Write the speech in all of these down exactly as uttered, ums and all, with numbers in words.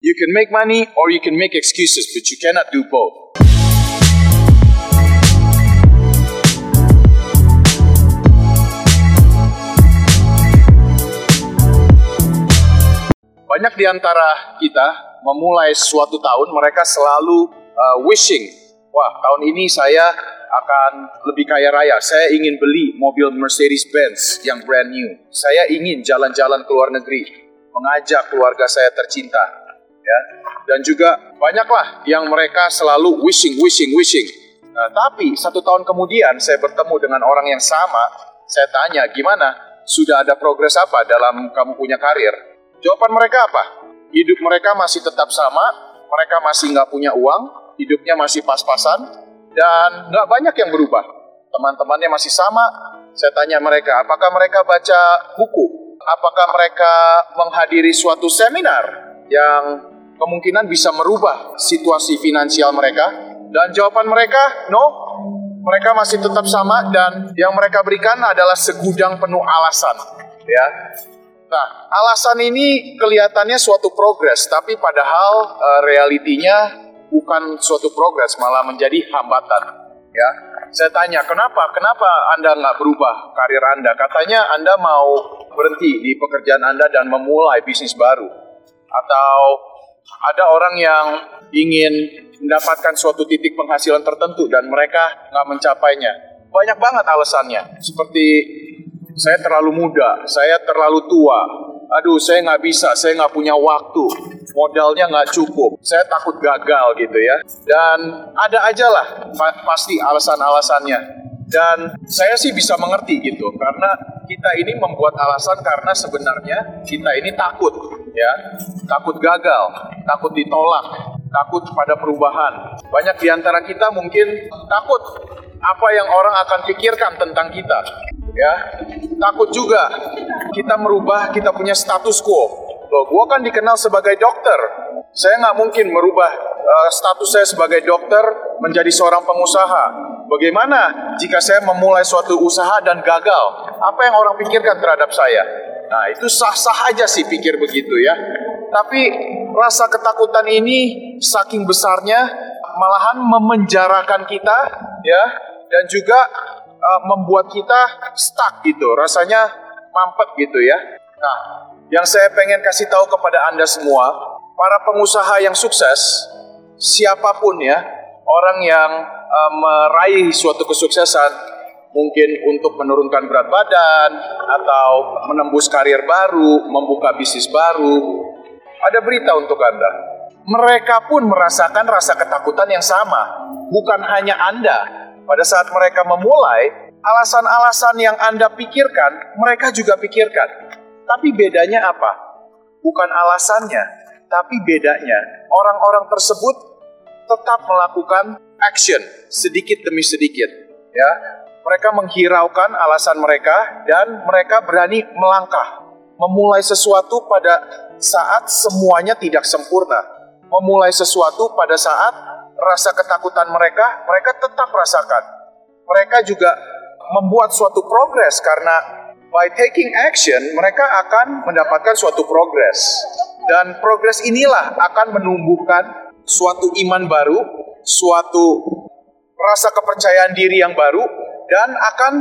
You can make money or you can make excuses, but you cannot do both. Banyak di antara kita memulai suatu tahun, mereka selalu uh, wishing, wah tahun ini saya akan lebih kaya raya, saya ingin beli mobil Mercedes-Benz yang brand new, saya ingin jalan-jalan ke luar negeri, mengajak keluarga saya tercinta, ya. Dan juga banyaklah yang mereka selalu wishing, wishing, wishing. Nah, tapi satu tahun kemudian saya bertemu dengan orang yang sama, saya tanya, gimana? Sudah ada progres apa dalam kamu punya karir? Jawaban mereka apa? Hidup mereka masih tetap sama, mereka masih nggak punya uang, hidupnya masih pas-pasan, dan nggak banyak yang berubah. Teman-temannya masih sama. Saya tanya mereka, apakah mereka baca buku? Apakah mereka menghadiri suatu seminar yang kemungkinan bisa merubah situasi finansial mereka? Dan jawaban mereka, no. Mereka masih tetap sama, dan yang mereka berikan adalah segudang penuh alasan. Ya. Nah, alasan ini kelihatannya suatu progres, tapi padahal uh, realitinya bukan suatu progres, malah menjadi hambatan. Ya, saya tanya, kenapa? Kenapa Anda nggak berubah karir Anda? Katanya Anda mau berhenti di pekerjaan Anda dan memulai bisnis baru. Atau ada orang yang ingin mendapatkan suatu titik penghasilan tertentu dan mereka nggak mencapainya. Banyak banget alasannya, seperti saya terlalu muda, saya terlalu tua, aduh saya nggak bisa, saya nggak punya waktu, modalnya nggak cukup, saya takut gagal gitu ya. Dan ada aja lah pa- pasti alasan-alasannya. Dan saya sih bisa mengerti gitu, karena kita ini membuat alasan karena sebenarnya kita ini takut ya, takut gagal, takut ditolak, takut pada perubahan. Banyak di antara kita mungkin takut apa yang orang akan pikirkan tentang kita. Ya, takut juga kita merubah kita punya status quo. Loh, gue kan dikenal sebagai dokter. Saya nggak mungkin merubah uh, status saya sebagai dokter menjadi seorang pengusaha. Bagaimana jika saya memulai suatu usaha dan gagal? Apa yang orang pikirkan terhadap saya? Nah, itu sah-sah aja sih pikir begitu ya. Tapi rasa ketakutan ini saking besarnya malahan memenjarakan kita ya, dan juga Uh, membuat kita stuck gitu, rasanya mampet gitu ya. Nah, yang saya pengen kasih tahu kepada Anda semua, para pengusaha yang sukses, siapapun ya, orang yang uh, meraih suatu kesuksesan, mungkin untuk menurunkan berat badan, atau menembus karir baru, membuka bisnis baru, ada berita untuk Anda. Mereka pun merasakan rasa ketakutan yang sama, bukan hanya Anda. Pada saat mereka memulai, alasan-alasan yang Anda pikirkan, mereka juga pikirkan. Tapi bedanya apa? Bukan alasannya, tapi bedanya orang-orang tersebut tetap melakukan action sedikit demi sedikit. Ya, mereka menghiraukan alasan mereka dan mereka berani melangkah, memulai sesuatu pada saat semuanya tidak sempurna, memulai sesuatu pada saat rasa ketakutan mereka, mereka tetap rasakan. Mereka juga membuat suatu progres karena by taking action, mereka akan mendapatkan suatu progres. Dan progres inilah akan menumbuhkan suatu iman baru, suatu rasa kepercayaan diri yang baru, dan akan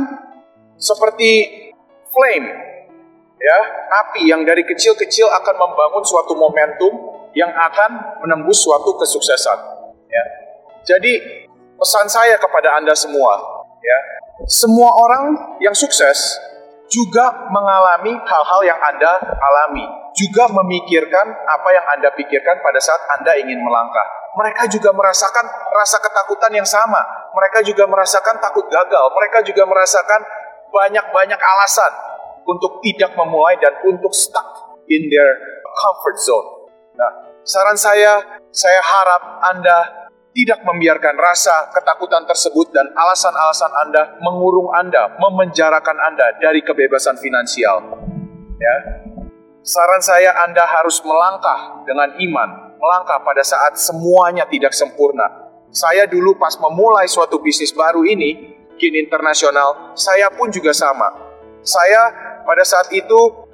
seperti flame, ya, api yang dari kecil-kecil akan membangun suatu momentum yang akan menembus suatu kesuksesan. Ya. Jadi pesan saya kepada Anda semua, ya, semua orang yang sukses juga mengalami hal-hal yang Anda alami, juga memikirkan apa yang Anda pikirkan pada saat Anda ingin melangkah. Mereka juga merasakan rasa ketakutan yang sama, mereka juga merasakan takut gagal, mereka juga merasakan banyak-banyak alasan untuk tidak memulai dan untuk stuck in their comfort zone. Nah, saran saya, saya harap Anda tidak membiarkan rasa ketakutan tersebut dan alasan-alasan Anda mengurung Anda, memenjarakan Anda dari kebebasan finansial. Ya. Saran saya, Anda harus melangkah dengan iman, melangkah pada saat semuanya tidak sempurna. Saya dulu pas memulai suatu bisnis baru ini, Kin Internasional, saya pun juga sama. Saya pada saat itu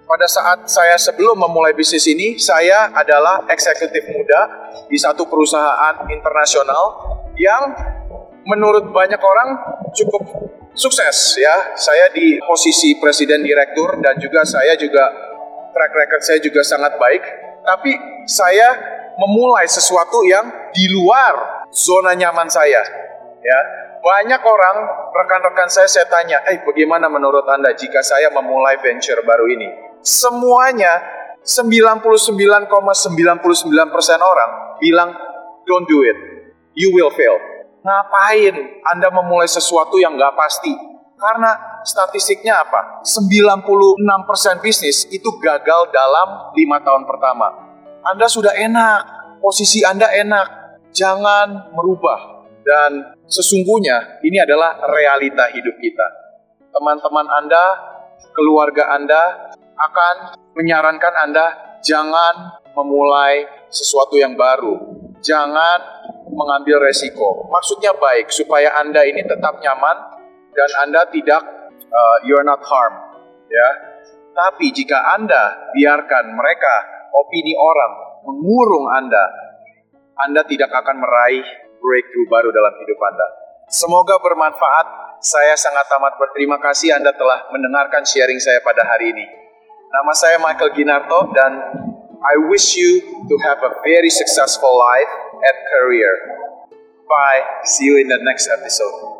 pada saat saya sebelum memulai bisnis ini, saya adalah eksekutif muda di satu perusahaan internasional yang menurut banyak orang cukup sukses ya. Saya di posisi presiden direktur dan juga saya juga track record saya juga sangat baik. Tapi saya memulai sesuatu yang di luar zona nyaman saya ya. Banyak orang, rekan-rekan saya, saya tanya, eh bagaimana menurut Anda jika saya memulai venture baru ini? Semuanya, sembilan puluh sembilan koma sembilan sembilan persen orang bilang, don't do it, you will fail. Ngapain Anda memulai sesuatu yang nggak pasti? Karena statistiknya apa? sembilan puluh enam persen bisnis itu gagal dalam lima tahun pertama. Anda sudah enak, posisi Anda enak, jangan merubah. Dan sesungguhnya ini adalah realita hidup kita. Teman-teman Anda, keluarga Anda akan menyarankan Anda jangan memulai sesuatu yang baru. Jangan mengambil resiko. Maksudnya baik, supaya Anda ini tetap nyaman dan Anda tidak, uh, you're not harmed. Ya. Tapi jika Anda biarkan mereka, opini orang, mengurung Anda, Anda tidak akan meraih breakthrough baru dalam hidup Anda. Semoga bermanfaat. Saya sangat amat berterima kasih Anda telah mendengarkan sharing saya pada hari ini. Nama saya Michael Ginarto dan I wish you to have a very successful life and career. Bye. See you in the next episode.